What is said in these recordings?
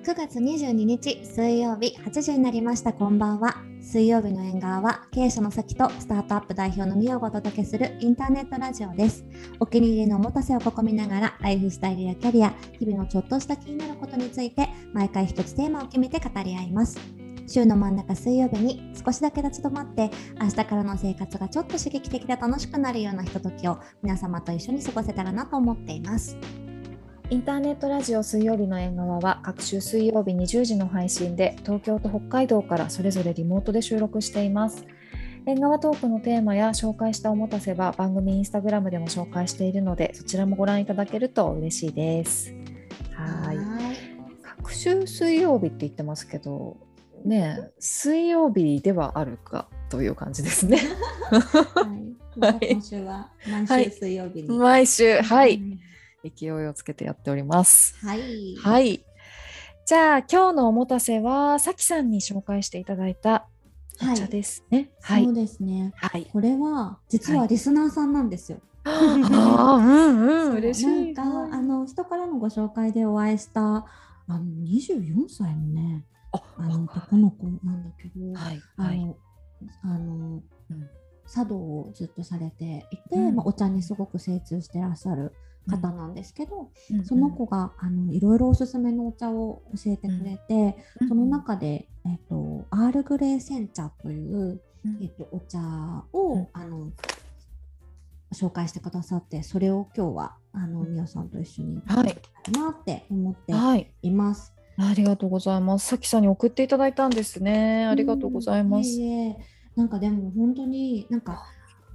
9月22日水曜日8時になりました。こんばんは。水曜日の縁側は経営者の先とスタートアップ代表のみをお届けするインターネットラジオです。お気に入りのおもたせを試みながらライフスタイルやキャリア、日々のちょっとした気になることについて毎回一つテーマを決めて語り合います。週の真ん中水曜日に少しだけ立ち止まって明日からの生活がちょっと刺激的で楽しくなるようなひとときを皆様と一緒に過ごせたらなと思っています。 インターネットラジオ水曜日の縁側は各週水曜日20時の配信で東京と北海道からそれぞれリモートで収録しています。縁側トークのテーマや紹介したおもたせは番組インスタグラムでも紹介しているのでそちらもご覧いただけると嬉しいです。はい。各週水曜日って言ってますけどね、水曜日ではあるかという感じですね。 はい、今週は毎週水曜日に、 毎週、はい、勢いをつけてやっております。 はい、 はい。じゃあ今日のおもたせはさきさんに紹介していただいたお茶ですね。 はい、そうですね。はい、これは実はリスナーさんなんですよ。 嬉しい。 なんか人からのご紹介でお会いした24歳のね男の子なんだけど、茶道をずっとされていて、お茶にすごく精通してらっしゃる方なんですけど、その子がいろいろおすすめのお茶を教えてくれて、その中で、アールグレー煎茶という、お茶を紹介してくださって、それを今日はみおさんと一緒にやりたいなって思っています。 ありがとうございます。さきさんに送っていただいたんですね。ありがとうございます。 なんかでも本当になんか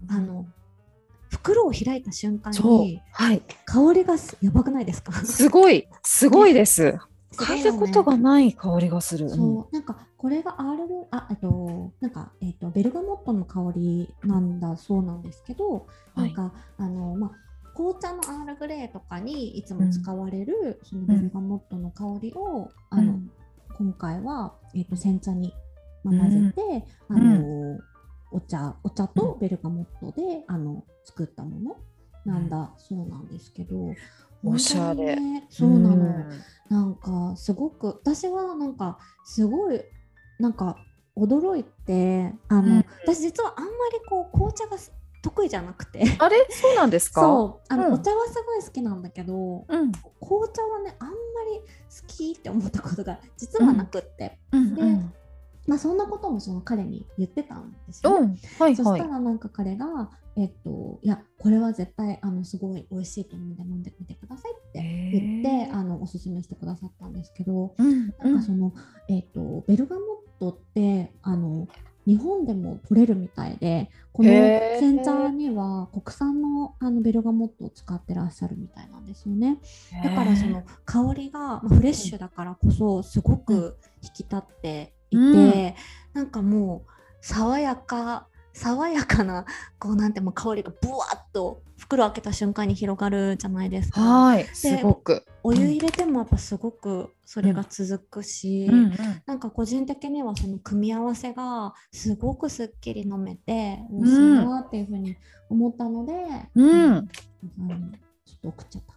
袋を開いた瞬間に、香りがやばくないですか？ すごいです。嗅いだことがない香りがする。 なんかこれがなんかベルガモットの香りなんだそうなんですけど、なんか紅茶のアールグレーとかにいつも使われるそのベルガモットの香りを今回は煎茶に混ぜてお茶とベルガモットで作ったものなんだそうなんですけど、 おしゃれ。 そうなの。なんかすごく私はなんかすごいなんか驚いて私実はあんまりこう紅茶が得意じゃなくてあれそうなんですか？ そうお茶はすごい好きなんだけど、紅茶はねあんまり好きって思ったことが実はなくって、でそんなこともその彼に言ってたんですよね。そしたらなんか彼がいやこれは絶対すごい美味しいと思うんで飲んでみてくださいって言っておすすめしてくださったんですけど、なんかそのベルガモットって日本でも取れるみたいで、この煎茶には国産のベルガモットを使ってらっしゃるみたいなんですよね。だからその香りがフレッシュだからこそすごく引き立っていて、なんかもう爽やかなこうなんてもう香りがブワッと袋開けた瞬間に広がるじゃないですか。 すごくお湯入れてもやっぱすごくそれが続くし、なんか個人的にはその組み合わせがすごくすっきり飲めて美味しいなっていうふうに思ったので、ちょっと送っちゃった。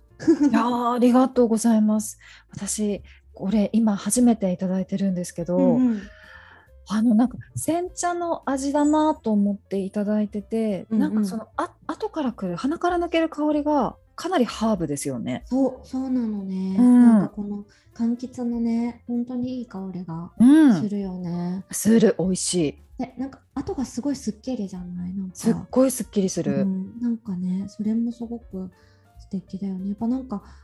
いやありがとうございます。私これ今初めていただいてるんですけど、なんか煎茶の味だなと思っていただいてて、なんかその後から来る鼻から抜ける香りがかなりハーブですよね。 そうなのね。なんかこの柑橘のね本当にいい香りがするよね。 する。美味しい。 でなんか後がすごいすっきりじゃない？なんかすっごいすっきりする。 なんかねそれもすごく素敵だよね。やっぱなんか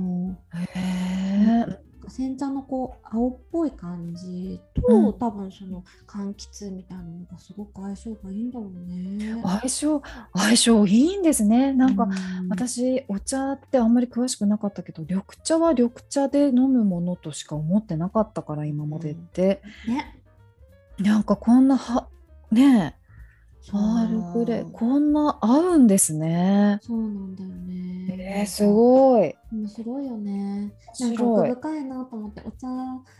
煎茶のこう青っぽい感じと、多分その柑橘みたいなのがすごく相性がいいんだろうね。 相性いいんですね。なんか私お茶ってあんまり詳しくなかったけど、緑茶は緑茶で飲むものとしか思ってなかったから今までって、なんかこんなねアールグレーこんな合うんですね。 そうなんだよね。 すごい面白いよね。なんか奥深いなと思って、お茶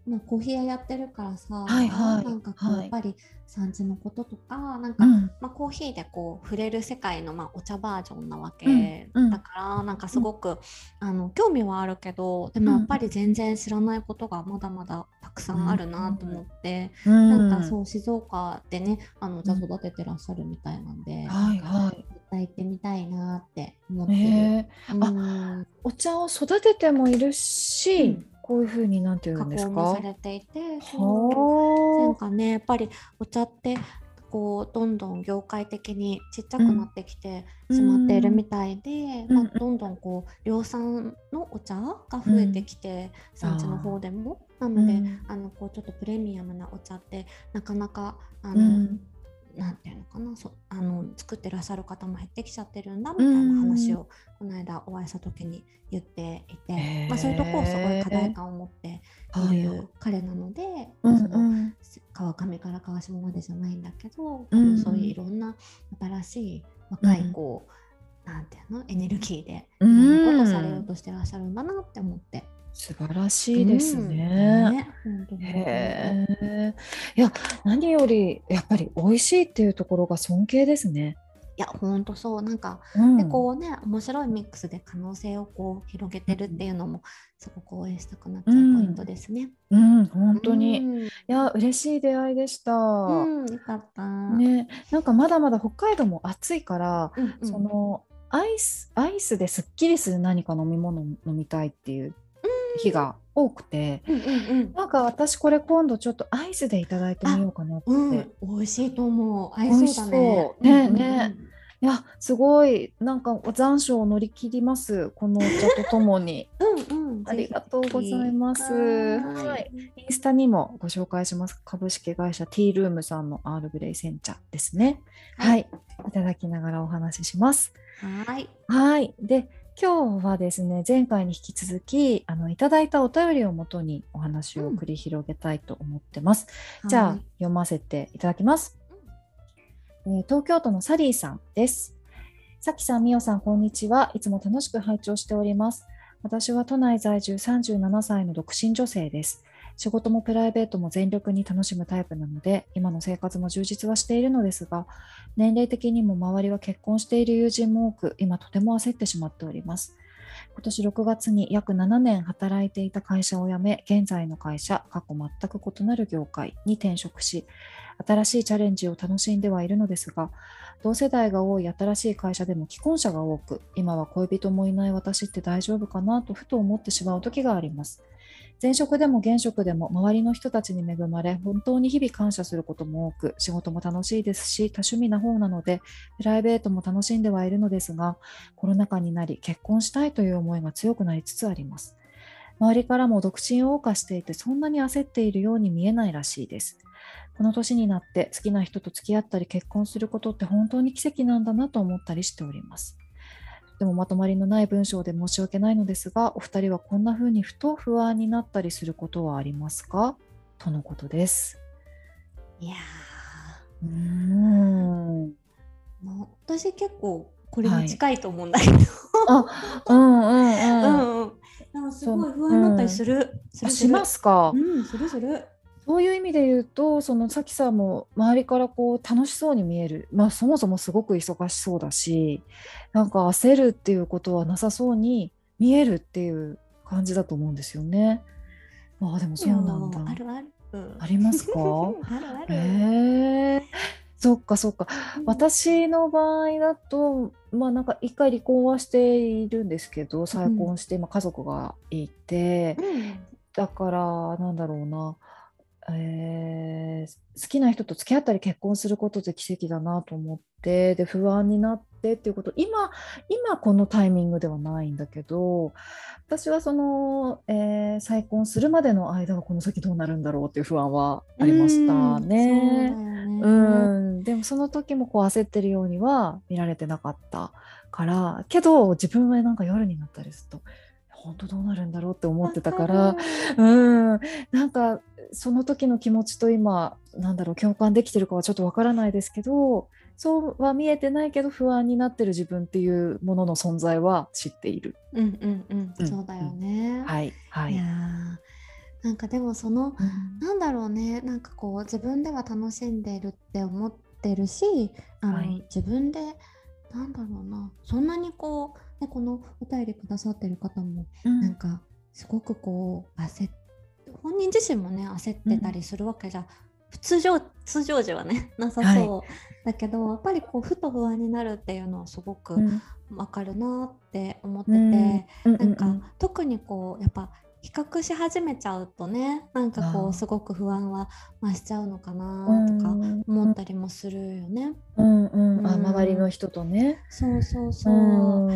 まあ、コーヒー屋やってるからさ、 はいはい、 なんかこう、やっぱり産地のこととかなんか、まあ、コーヒーでこう触れる世界の、まあ、お茶バージョンなわけ、だからなんかすごく、興味はあるけど、でもやっぱり全然知らないことがまだまだたくさんあるなと思って、なんかそう静岡でねお茶育ててらっしゃるみたいなんで、 はいはい、 絶対行ってみたいなって思ってる。 お茶を育ててもいるし、こういう風になんていうんですか、 加工もされていて、そうなんかね、やっぱりお茶ってこうどんどん業界的にちっちゃくなってきてしまっているみたいで、まあ、どんどんこう量産のお茶が増えてきて、産地の方でもなので、こうちょっとプレミアムなお茶ってなかなかなんていうのかな、作ってらっしゃる方も減ってきちゃってるんだみたいな話をこの間お会いした時に言っていて、まあ、そういうところをすごい課題感を持っている彼なので、その川上から川下までじゃないんだけど、そういういろんな新しい若いこう、なんていうの、エネルギーでいろんなことされようとしてらっしゃるんだなって思って。 素晴らしいですね。へえ。いや、何よりやっぱり美味しいっていうところが尊敬ですね。 いやほんとそう、なんか、でこうね、面白いミックスで可能性をこう広げてるっていうのもすごく応援したくなっちゃうポイントですね。 本当に、いや嬉しい出会いでした。 よかったね。なんかまだまだ北海道も暑いから、そのアイスですっきりする何か飲み物飲みたいっていう日が多くて、なんか私これ今度ちょっとアイスでいただいてみようかなって。 美味しいと思う。合いそうだね。 ね。いやすごいなんか残暑を乗り切りますこのお茶とともに。ありがとうございます。はい。インスタにもご紹介します。株式会社ティールームさんのアールグレイ煎茶ですね。はい。いただきながらお話しします。 はい。 はい。で今日はですね、前回に引き続きいただいたお便りをもとにお話を繰り広げたいと思ってます。じゃあ読ませていただきます。東京都のサリーさんです。さきさん、みおさん、こんにちは。いつも楽しく拝聴しております。私は都内在住37歳の独身女性です。仕事もプライベートも全力に楽しむタイプなので、今の生活も充実はしているのですが、年齢的にも周りは結婚している友人も多く、今とても焦ってしまっております。今年6月に約7年働いていた会社を辞め、現在の会社、過去全く異なる業界に転職し、新しいチャレンジを楽しんではいるのですが、同世代が多い新しい会社でも既婚者が多く、今は恋人もいない私って大丈夫かなとふと思ってしまう時があります。前職でも現職でも周りの人たちに恵まれ、本当に日々感謝することも多く、仕事も楽しいですし、多趣味な方なので、プライベートも楽しんではいるのですが、コロナ禍になり結婚したいという思いが強くなりつつあります。周りからも独身を謳歌していて、そんなに焦っているように見えないらしいです。この年になって好きな人と付き合ったり結婚することって本当に奇跡なんだなと思ったりしております。でもまとまりのない文章で申し訳ないのですが、お二人はこんな風にふと不安になったりすることはありますか？とのことです。 いやもう私結構これに近いと思うんだけど、すごい不安になったりする。 しますか？ する。 そういう意味で言うと、そのさきさんも周りからこう楽しそうに見える、そもそもすごく忙しそうだし、なんか焦るっていうことはなさそうに見えるっていう感じだと思うんですよね。でもそうなんだ。 あるある。 ありますか？ あるある。 そっか。私の場合だと、なんか一回離婚はしているんですけど、再婚して今家族がいて、だからなんだろうな。好きな人と付き合ったり結婚することで奇跡だなと思って、で不安になってっていうこと、今このタイミングではないんだけど、私はその、再婚するまでの間はこの先どうなるんだろうっていう不安はありましたね。でもその時もこう焦ってるようには見られてなかったからけど、自分はなんか夜になったりすると本当どうなるんだろうって思ってたから、なんかその時の気持ちと今共感できてるかはちょっとわからないですけど、そうは見えてないけど不安になってる自分っていうものの存在は知っている。 そうだよね。 はい。 いやなんかでもなんだろうね、なんかこう自分では楽しんでるって思ってるし、 はい、 自分でなんだろうな、そんなにこう、ね、このお便りくださってる方もなんかすごくこう本人自身もね焦ってたりするわけじゃ、通常時はねなさそう、はい、だけどやっぱりこうふと不安になるっていうのはすごくわかるなって思ってて、なんか特にこうやっぱ比較し始めちゃうとね、なんかこうすごく不安は増しちゃうのかなとか思ったりもするよね。 周りの人とね。 そうそうそう。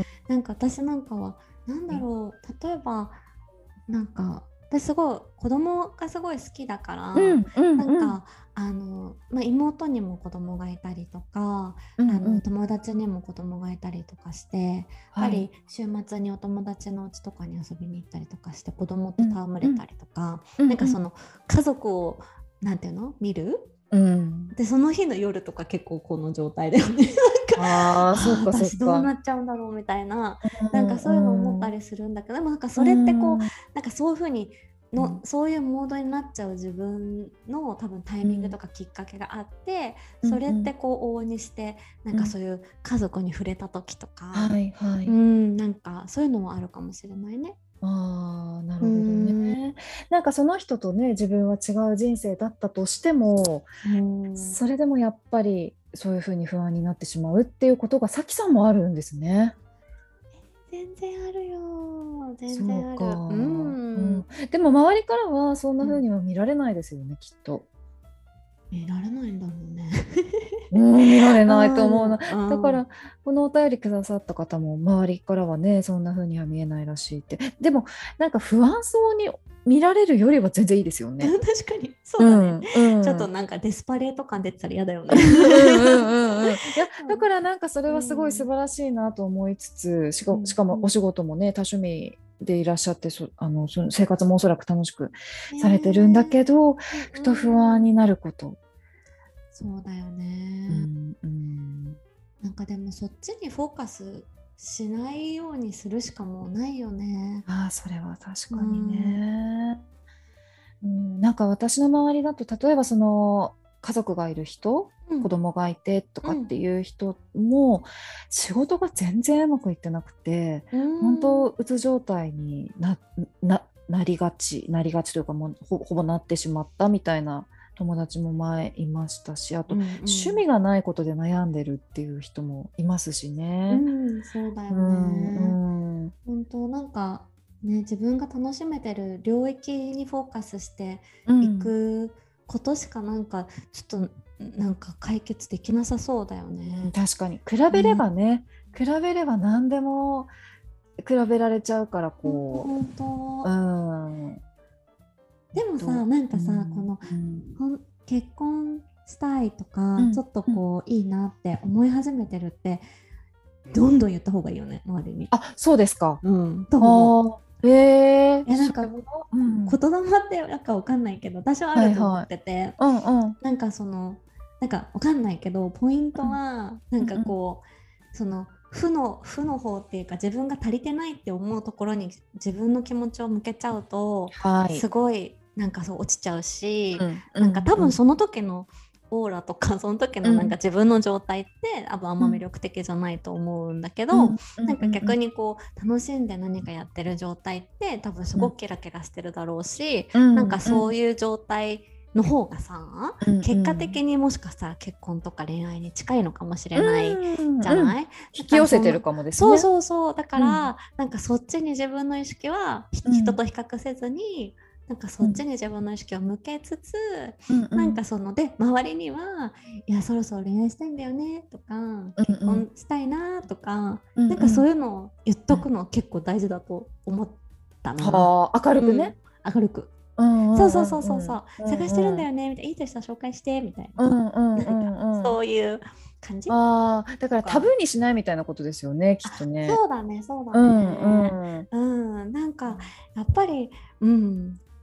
なんか私なんかはなんだろう、例えばなんか私すごい子供がすごい好きだから、なんか妹にも子供がいたりとか、友達にも子供がいたりとかして、やっぱり週末にお友達の家とかに遊びに行ったりとかして子供と戯れたりとか、なんかその家族をなんていうの見る、でその日の夜とか結構この状態だよね。私どうなっちゃうんだろうみたいな、なんかそういうの思ったりするんだけど、でもなんかそれってこう、なんかそういう風にそういうモードになっちゃう自分の多分タイミングとかきっかけがあって、それってこう往々にしてなんかそういう家族に触れた時とか、なんかそういうのもあるかもしれないね。 なるほどね。なんかその人とね、自分は違う人生だったとしても、それでもやっぱりそういうふうに不安になってしまうっていうことがさきさんもあるんですね。 全然あるよ、全然ある。でも周りからはそんなふうには見られないですよね、きっと。 見られないんだろうね。 見られないと思うな。だからこのお便りくださった方も周りからはね、そんな風には見えないらしいって。でもなんか不安そうに見られるよりは全然いいですよね。 確かにそうだね、ちょっとなんかデスパレート感出てたら嫌だよね。いやだからなんかそれはすごい素晴らしいなと思いつつ、しかもお仕事もね多趣味でいらっしゃって、その生活もおそらく楽しくされてるんだけど、ふと不安になること。 そうだよね、なんかでもそっちにフォーカスしないようにするしかもうないよね。 それは確かにね。なんか私の周りだと例えばその家族がいる人、子供がいてとかっていう人も仕事が全然うまくいってなくて、本当うつ状態になりがちというか、もうほぼなってしまったみたいな友達も前いましたし、あと、趣味がないことで悩んでるっていう人もいますしね。 そうだよね。本当なんかね、自分が楽しめてる領域にフォーカスしていくことしかなんかちょっとなんか解決できなさそうだよね。 確かに比べればね、比べれば何でも比べられちゃうからこう。 本当。でもさ、なんかさ、この、結婚したいとか、ちょっとこういいなって思い始めてるってどんどん言った方がいいよね、周りに。 そうですか。 と思う。 なんか言霊ってなんかわかんないけど、私はあると思ってて、なんかそのなんかわかんないけどポイントはなんかこう、その負の方っていうか、自分が足りてないって思うところに自分の気持ちを向けちゃうと、すごいなんかそう落ちちゃうし、なんか多分その時のオーラとかその時のなんか自分の状態ってあんま魅力的じゃないと思うんだけど、なんか逆にこう楽しんで何かやってる状態って多分すごくキラキラしてるだろうし、なんかそういう状態の方がさ、結果的にもしかしたら結婚とか恋愛に近いのかもしれないじゃない、 引き寄せてるかもですね。 そうだから、なんかそっちに自分の意識は人と比較せずに、なんかそっちに自分の意識を向けつつ、なんかそので周りにはいやそろそろ恋愛したいんだよねとか、結婚したいなとか、なんかそういうのを言っとくの結構大事だと思ったな。 明るくね、 明るく。そう探してるんだよねみたいな、いい人紹介してみたいな、そういう感じ。 だからタブーにしないみたいなことですよね、きっとね。 そうだね。なんかやっぱり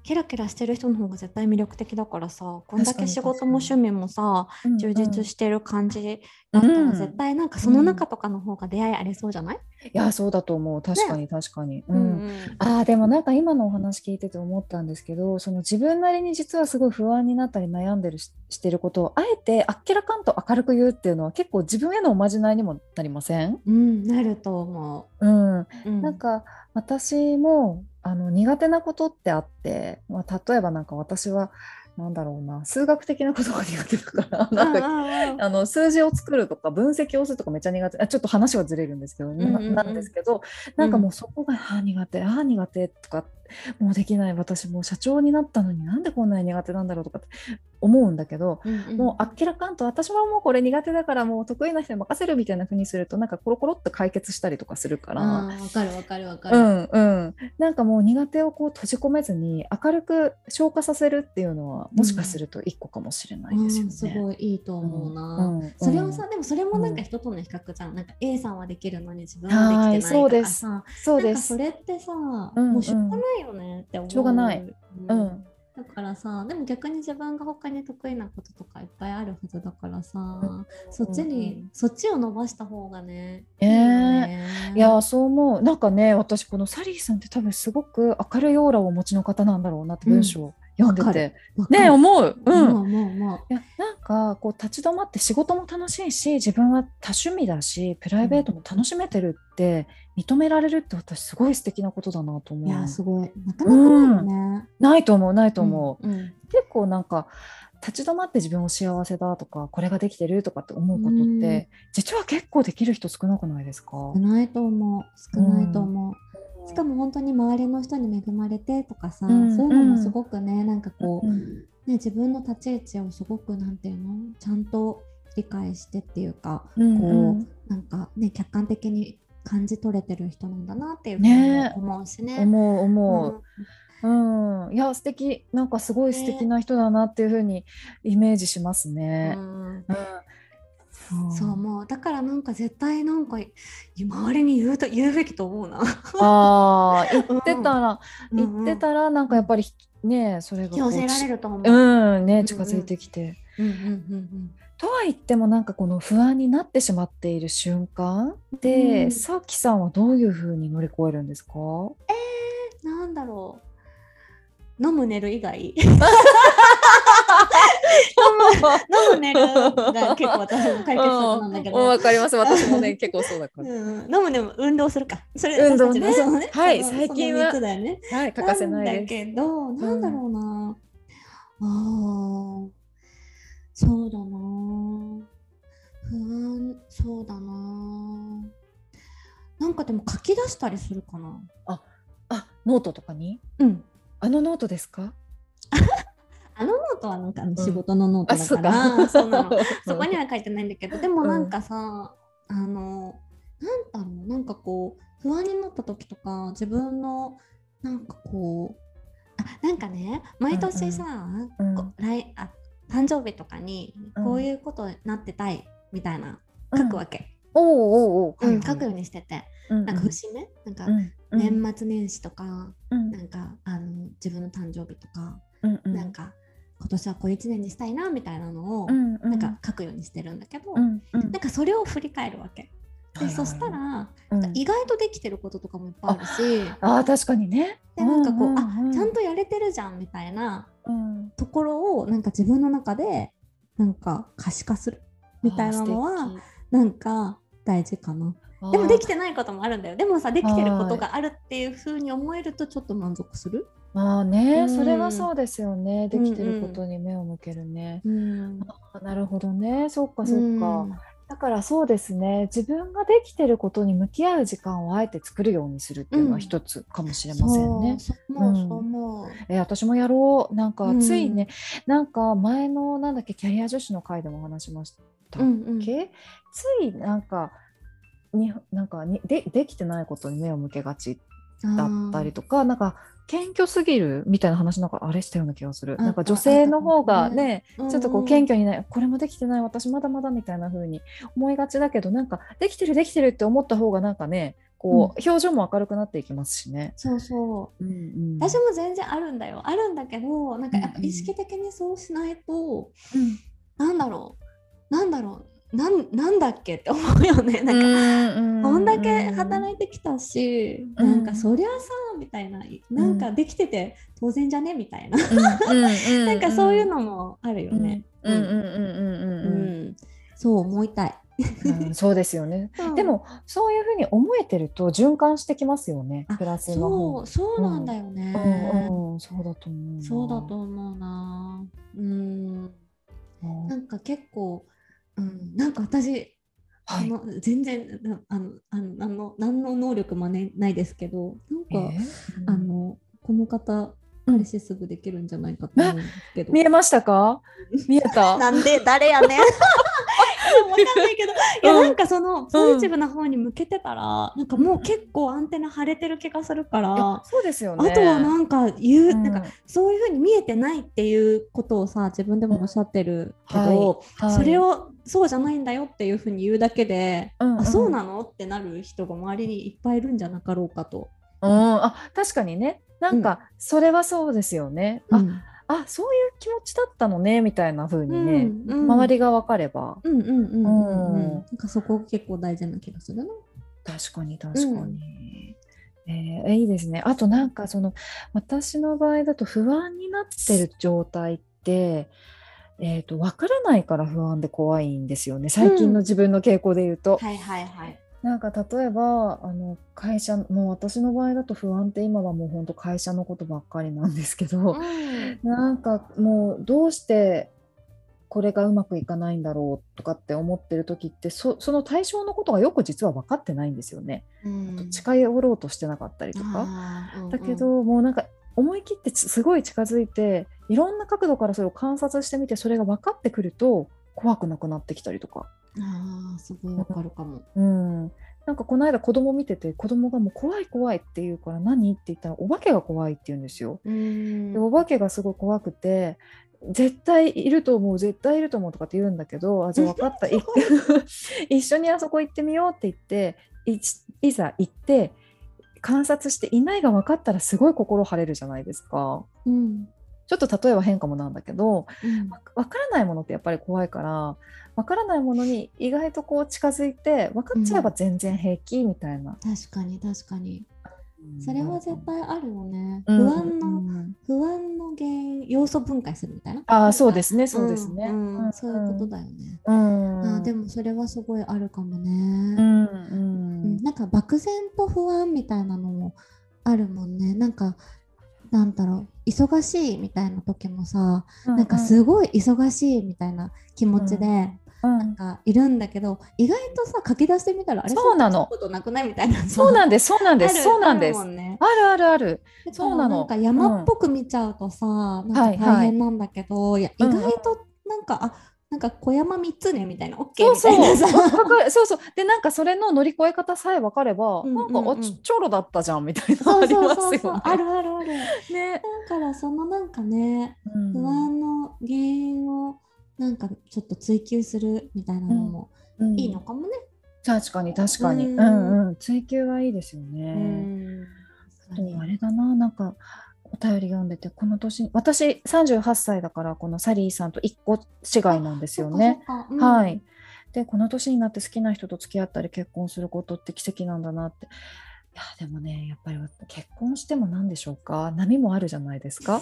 キラキラしてる人の方が絶対魅力的だからさ、こんだけ仕事も趣味もさ、充実してる感じだったら絶対なんかその中とかの方が出会いありそうじゃない？ いやそうだと思う。確かに確かに、でもなんか今のお話聞いてて思ったんですけど、その自分なりに実はすごい不安になったり悩んでるしてることをあえてあっけらかんと明るく言うっていうのは結構自分へのおまじないにもなりません？ なると思う。なんか私も苦手なことってあって、例えばなんか私はなんだろうな、数学的なことが苦手だからなんか数字を作るとか分析をするとかめっちゃ苦手、ちょっと話はずれるんですけど、なんですけど、なんかもうそこが苦手とか、もうできない、私もう社長になったのになんでこんなに苦手なんだろうとかって思うんだけど、もうあっけらかんと私はもうこれ苦手だからもう得意な人に任せるみたいな風にするとなんかコロコロっと解決したりとかするから、 わかるわかるわかる。 なんかもう苦手をこう閉じ込めずに明るく消化させるっていうのはもしかすると一個かもしれないですよね。 すごいいいと思うな。それをさ、でもそれもなんか人との比較じゃん。なんか A さんはできるのに自分はできてないとかさ、 そうです。 なんかそれってさ、もうしょうがないよねって思う。 しょうがない。 だからさ、でも逆に自分が他に得意なこととかいっぱいあるはずだからさ、そっちを伸ばした方がね。 いやそう思う。なんかね、私このサリーさんって多分すごく明るいオーラをお持ちの方なんだろうなって文章を読んでて、ね思う。いやなんかこう立ち止まって仕事も楽しいし、自分は多趣味だしプライベートも楽しめてるって認められるって私すごい素敵なことだなと思う。 いやすごい、なかなかないよね。 ないと思う。結構なんか立ち止まって自分を幸せだとかこれができてるとかって思うことって実は結構できる人少なくないですか？ 少ないと思う。しかも本当に周りの人に恵まれてとかさ、そういうのもすごくね、なんかこう、ね、自分の立ち位置をすごくなんていうの、ちゃんと理解してっていうか、こうなんかね客観的に感じ取れてる人なんだなっていうふうに思うしね。 思う。いや素敵、なんかすごい素敵な人だなっていう風にイメージしますね。 そう、もうだからなんか絶対なんか周りに言うべきと思うな。 言ってたらなんかやっぱりね、それが強制られると思う。 ね、近づいてきて。とは言ってもなんかこの不安になってしまっている瞬間で、さきさんはどういう風に乗り越えるんですか？ なんだろう、飲む寝る以外飲む寝るが結構私の解決策なんだけど。 わかります、私もね結構そうだから。 飲むでも運動するか。それ運動ね。はい、最近はだよね。 はい、欠かせないです。 だけど、なんだろうな。そうだな。不安、そうだな。なんかでも書き出したりするかな。 ノートとかに？あのノートですか？ あのノートはなんか仕事のノートだから、そうなの。そこには書いてないんだけど、でもなんかさ、なんだろう、なんかこう不安になった時とか、自分のなんかこう、なんかね、毎年さ、誕生日とかにこういうことになってたいみたいな書くわけ。書くようにしてて、なんか節目、なんか年末年始とか、なんか自分の誕生日とか、なんか今年はこういう1年にしたいなみたいなのをなんか書くようにしてるんだけど、なんかそれを振り返るわけ。でそしたら意外とできてることとかもいっぱいあるし、 確かにね。 でなんかこうちゃんとやれてるじゃんみたいなところをなんか自分の中でなんか可視化するみたいなのはなんか大事かな。でもできてないこともあるんだよ。でもさ、できてることがあるっていう風に思えるとちょっと満足する。 それはそうですよね。できてることに目を向けるね。なるほどね。そっか。だからそうですね、自分ができてることに向き合う時間をあえて作るようにするっていうのは一つかもしれませんね。私もやろう。なんかついね、なんか前のなんだっけキャリア女子の会でも話しましたっけ、ついなんかできてないことに目を向けがちだったりとか、なんか謙虚すぎるみたいな話なんかあれしたような気がする。なんか女性の方がね、ちょっとこう謙虚にないこれもできてない私まだまだみたいな風に思いがちだけど、なんかできてるって思った方がなんかね、 こう、表情も明るくなっていきますしね。 そうそう、私も全然あるんだけど、なんかやっぱ意識的にそうしないと、なんだろうなんだっけって思うよね。なんかこんだけ働いてきたし、なんかそりゃさみたいな、なんかできてて当然じゃねみたいな、なんかそういうのもあるよね。そう思いたい。 そうですよね。でもそういうふうに思えてると循環してきますよね。プラスの方。 そうなんだよね。 そうだと思う。 そうだと思うな。なんか結構、なんか私、全然何の能力もないですけど、なんか、この方彼氏すぐできるんじゃないかと思うんですけど。 見えましたか？見えた？ なんで誰やねん。わかんないけど、いやなんかそのポジティブな方に向けてたら、なんかもう結構アンテナ張れてる気がするから、 そうですよね。 あとはなんかなんかそういう風に見えてないっていうことをさ、自分でもおっしゃってるけど、それをそうじゃないんだよっていう風に言うだけで、あ、そうなのってなる人が周りにいっぱいいるんじゃなかろうかと。 確かにね、なんかそれはそうですよね。そういう気持ちだったのねみたいな風にね、周りが分かれば、 なんかそこ結構大事な気がするな。 確かに。いいですね。あとなんか私の場合だと不安になってる状態って、分からないから不安で怖いんですよね。最近の自分の傾向で言うと。なんか例えば会社、もう私の場合だと不安って今はもう本当会社のことばっかりなんですけど、なんかもうどうしてこれがうまくいかないんだろうとかって思ってる時って、その対象のことがよく実は分かってないんですよね。近寄ろうとしてなかったりとか、だけどもうなんか思い切ってすごい近づいて、いろんな角度からそれを観察してみて、それが分かってくると怖くなくなってきたりとか。 すごいわかるかも。 なんかこの間子供見てて、子供がもう怖いって言うから、何って言ったらお化けが怖いって言うんですよ。でお化けがすごい怖くて、絶対いると思うとかって言うんだけど、じゃあ分かった一緒にあそこ行ってみようって言って、いざ行って観察していないが分かったらすごい心晴れるじゃないですか。ちょっと例えば変かもなんだけど、分からないものってやっぱり怖いから、分からないものに意外とこう近づいて分かっちゃえば全然平気みたいな。 確かにそれは絶対あるよね。不安の原因、要素分解するみたいな。 そうですね。 そういうことだよね。でもそれはすごいあるかもね。なんか漠然と不安みたいなのもあるもんね。なんかなんだろう、忙しいみたいな時もさ、なんかすごい忙しいみたいな気持ちで、なんかいるんだけど、意外とさ書き出してみたら、あれそうなの、 ことなくないみたいな。 そうなんです。あるそうなの。なんか山っぽく見ちゃうとさ、なんか大変なんだけど、意外となんか小山3つねみたいな、OK みたいなさ。 そうで、なんかそれの乗り越え方さえ分かれば、なんかちょろだったじゃんみたいな。ありますよね。 あるね。だからそのなんかね、不安の原因をなんかちょっと追求するみたいなのもいいのかもね。 確かに追求はいいですよね。あとあれだな、なんかお便り読んでて、この年、私38歳だから、このサリーさんと1個違いなんですよね。でこの年になって好きな人と付き合ったり結婚することって奇跡なんだなって。いやでもね、やっぱり結婚しても何でしょうか、波もあるじゃないですか。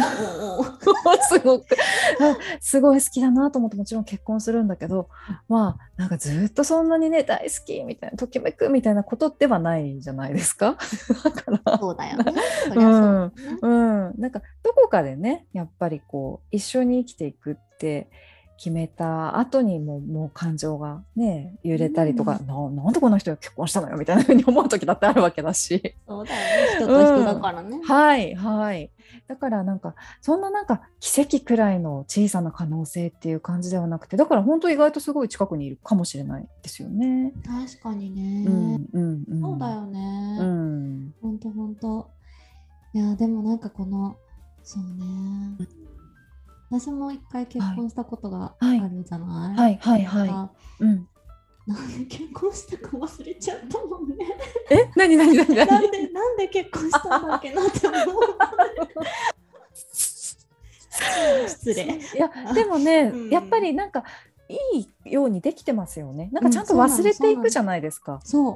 すごい好きだなと思ってもちろん結婚するんだけど、なんかずっとそんなにね大好きみたいな、ときめくみたいなことではないじゃないですか。だからそうだよね。 なんかどこかでね、やっぱりこう一緒に生きていくって決めた後にもう感情がね揺れたりとか、なんでこの人が結婚したのよみたいな風に思う時だってあるわけだし。 そうだよね、人と人だからね。 だからなんかそんななんか奇跡くらいの小さな可能性っていう感じではなくて、だから本当意外とすごい近くにいるかもしれないですよね。 確かにね。そうだよね。本当。いやでもなんかそうね。私も一回結婚したことがあるじゃない。 なんで結婚したか忘れちゃったもんね。 何なんで結婚したんだっけなって思う。失礼。 いやでもね、やっぱりなんかいいようにできてますよね。なんかちゃんと忘れていくじゃないですか。 そう。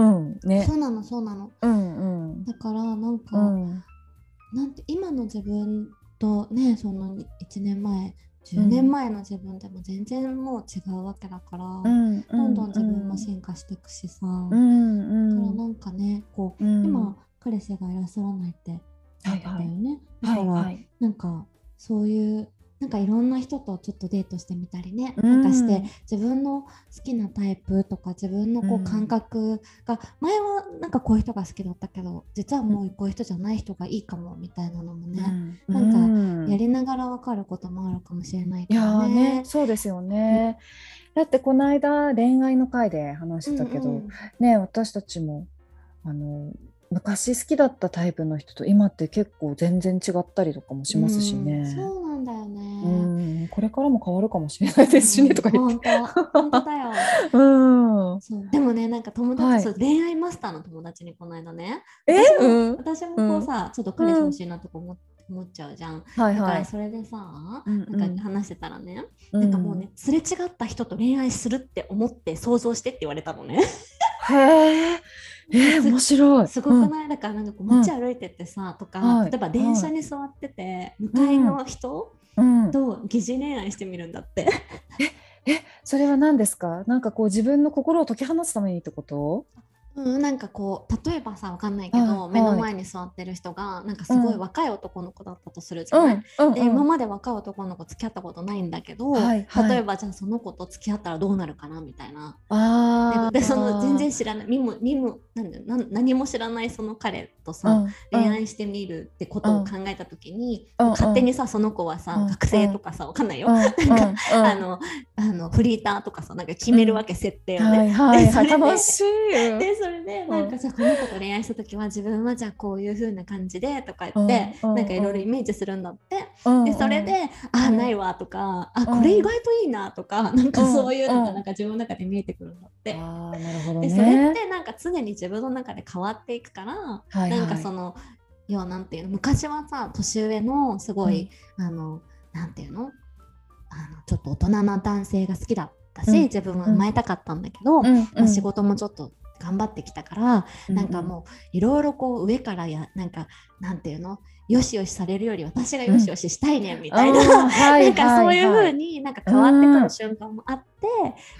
ね。 そうなの。だからなんか、なんて今の自分とね、その1年前10年前の自分でも全然もう違うわけだから、どんどん自分も進化していくしさ、だからなんかね、こう、今彼氏がいらっしゃらないって言ってたよね。だからなんかそういうなんかいろんな人とちょっとデートしてみたりね、なんかして自分の好きなタイプとか自分のこう感覚が、前はなんかこういう人が好きだったけど実はもうこういう人じゃない人がいいかもみたいなのもね、なんかやりながら分かることもあるかもしれないからね。 いやね、そうですよね。だってこの間恋愛の回で話してたけど、ね、私たちも昔好きだったタイプの人と今って結構全然違ったりとかもしますしね。 そうなんだよね。 これからも変わるかもしれないですしね、とか言って。 本当だよ。そうでもね、なんか友達、そう恋愛マスターの友達にこの間ね、私もこうさ、ちょっと彼氏欲しいなとか思っちゃうじゃん。だからそれでさ、なんか話してたらね、なんかもうね、すれ違った人と恋愛するって思って想像してって言われたのね。 へえ、面白い。 すごくない？だからなんかこう街歩いててさ、とか、例えば電車に座ってて向かいの人と疑似恋愛してみるんだって。 それは何ですか？なんかこう自分の心を解き放つためにってこと？ なんかこう例えばさ、わかんないけど、目の前に座ってる人がなんかすごい若い男の子だったとするじゃない。で今まで若い男の子付き合ったことないんだけど、例えばじゃあその子と付き合ったらどうなるかなみたいな。でその全然知らない何も知らないその彼とさ、恋愛してみるってことを考えた時に、勝手にさその子はさ、学生とかさ、わかんないよ、なんかフリーターとかさ、なんか決めるわけ、設定をね。 楽しい。 でそれでなんかじゃあこの子と恋愛した時は自分はじゃあこういう風な感じでとか言ってなんかいろいろイメージするんだって。でそれでないわとかこれ意外といいなとか、なんかそういうのがなんか自分の中で見えてくるんだって。 なるほどね。 でそれってなんか常に自分の中で変わっていくから、なんかその要はなんていうの、昔はさ年上のすごいなんていうのちょっと大人な男性が好きだったし、自分は甘えたかったんだけど、仕事もちょっと頑張ってきたから、なんかもういろいろこう上からなんていうの、よしよしされるより私がよしよししたいねみたいな、なんかそういう風になんか変わってくる瞬間もあって、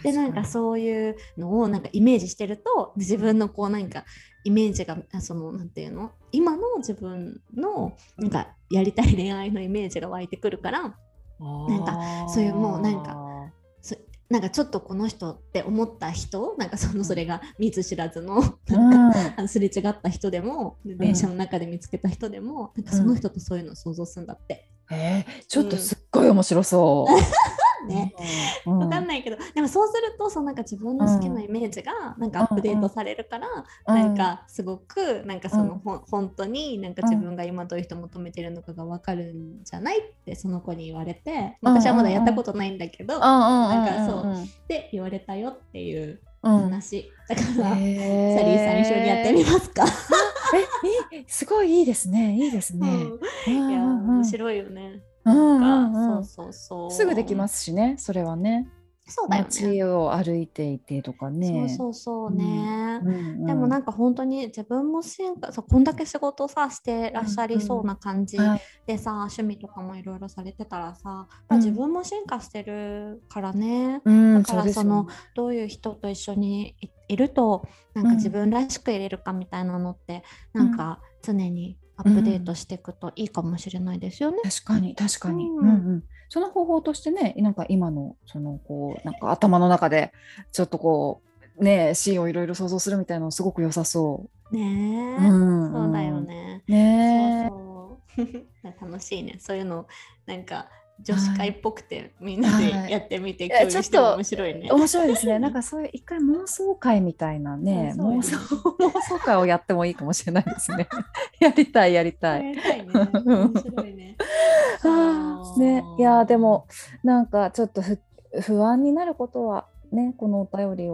でなんかそういうのをなんかイメージしてると、自分のこうなんかイメージがそのなんていうの、今の自分のなんかやりたい恋愛のイメージが湧いてくるから、なんかそういうもうなんかちょっとこの人って思った人、なんかそれが見ず知らずのなんかすれ違った人でも、電車の中で見つけた人でも、なんかその人とそういうのを想像するんだって。 ちょっとすっごい面白そう。 ね、分かんないけど、でもそうするとなんか自分の好きなイメージがなんかアップデートされるから、なんかすごくなんかその本当になんか自分が今どういう人求めてるのかが分かるんじゃないってその子に言われて、私はまだやったことないんだけど、なんかそうって言われたよっていう話だから、サリーさん一緒にやってみますか？ すごいいいですね、いいですね。 いや面白いよね。 すぐできますしね、それはね。 そうだよね。 街を歩いていてとかね。 そうね。でもなんか本当に自分もこんだけ仕事さしてらっしゃりそうな感じでさ、趣味とかもいろいろされてたらさ、自分も進化してるからね。だからどういう人と一緒にいるとなんか自分らしくいれるかみたいなのってなんか常にアップデートしていくといいかもしれないですよね。 確かに確かに。その方法としてね、なんか今のこうなんか頭の中でちょっとこうねシーンをいろいろ想像するみたいなのすごく良さそう。 ねえ、そうだよね。ねえ、そう楽しいね。そういうのなんか女子会っぽくてみんなでやってみて共有しても面白いね。 面白いですね。なんかそういう一回妄想会みたいなね、妄想会をやってもいいかもしれないですね。やりたい。面白いね。いやでもなんかちょっと不安になることはね、このお便りを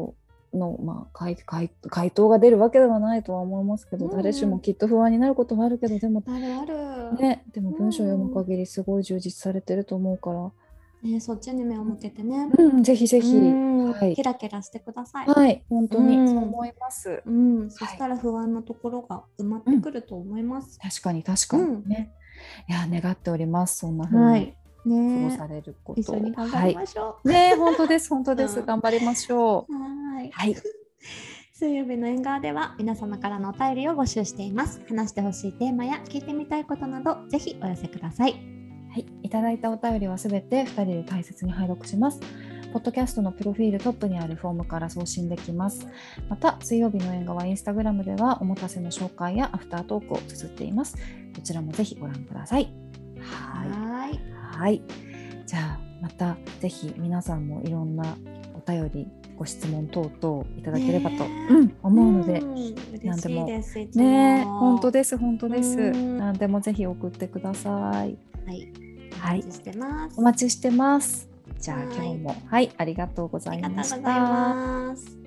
の、回答が出るわけではないとは思いますけど、誰しもきっと不安になることはあるけど、でもね、でも文章を読む限りすごい充実されてると思うから、 そっちに目を向けてね、 ぜひぜひ、 キラキラしてください。 はい、本当にそう思います。 そしたら不安なところが埋まってくると思います。 確かにね。いや、願っております。そんな風に過ごされることを、 一緒に頑張りましょう。ね、本当です頑張りましょう。 はい。水曜日の縁側では皆様からのお便りを募集しています。話してほしいテーマや聞いてみたいことなどぜひお寄せください。 はい、いただいたお便りはすべて2人で大切に拝読します。ポッドキャストのプロフィールトップにあるフォームから送信できます。また、水曜日の縁側インスタグラムではおもたせの紹介やアフタートークを綴っています。こちらもぜひご覧ください。はい。じゃあまたぜひ皆さんもいろんなお便り、ご質問等々いただければと思うので、何でもね、本当です何でもぜひ送ってください。 はい、 お待ちしてます。じゃあ今日もありがとうございました。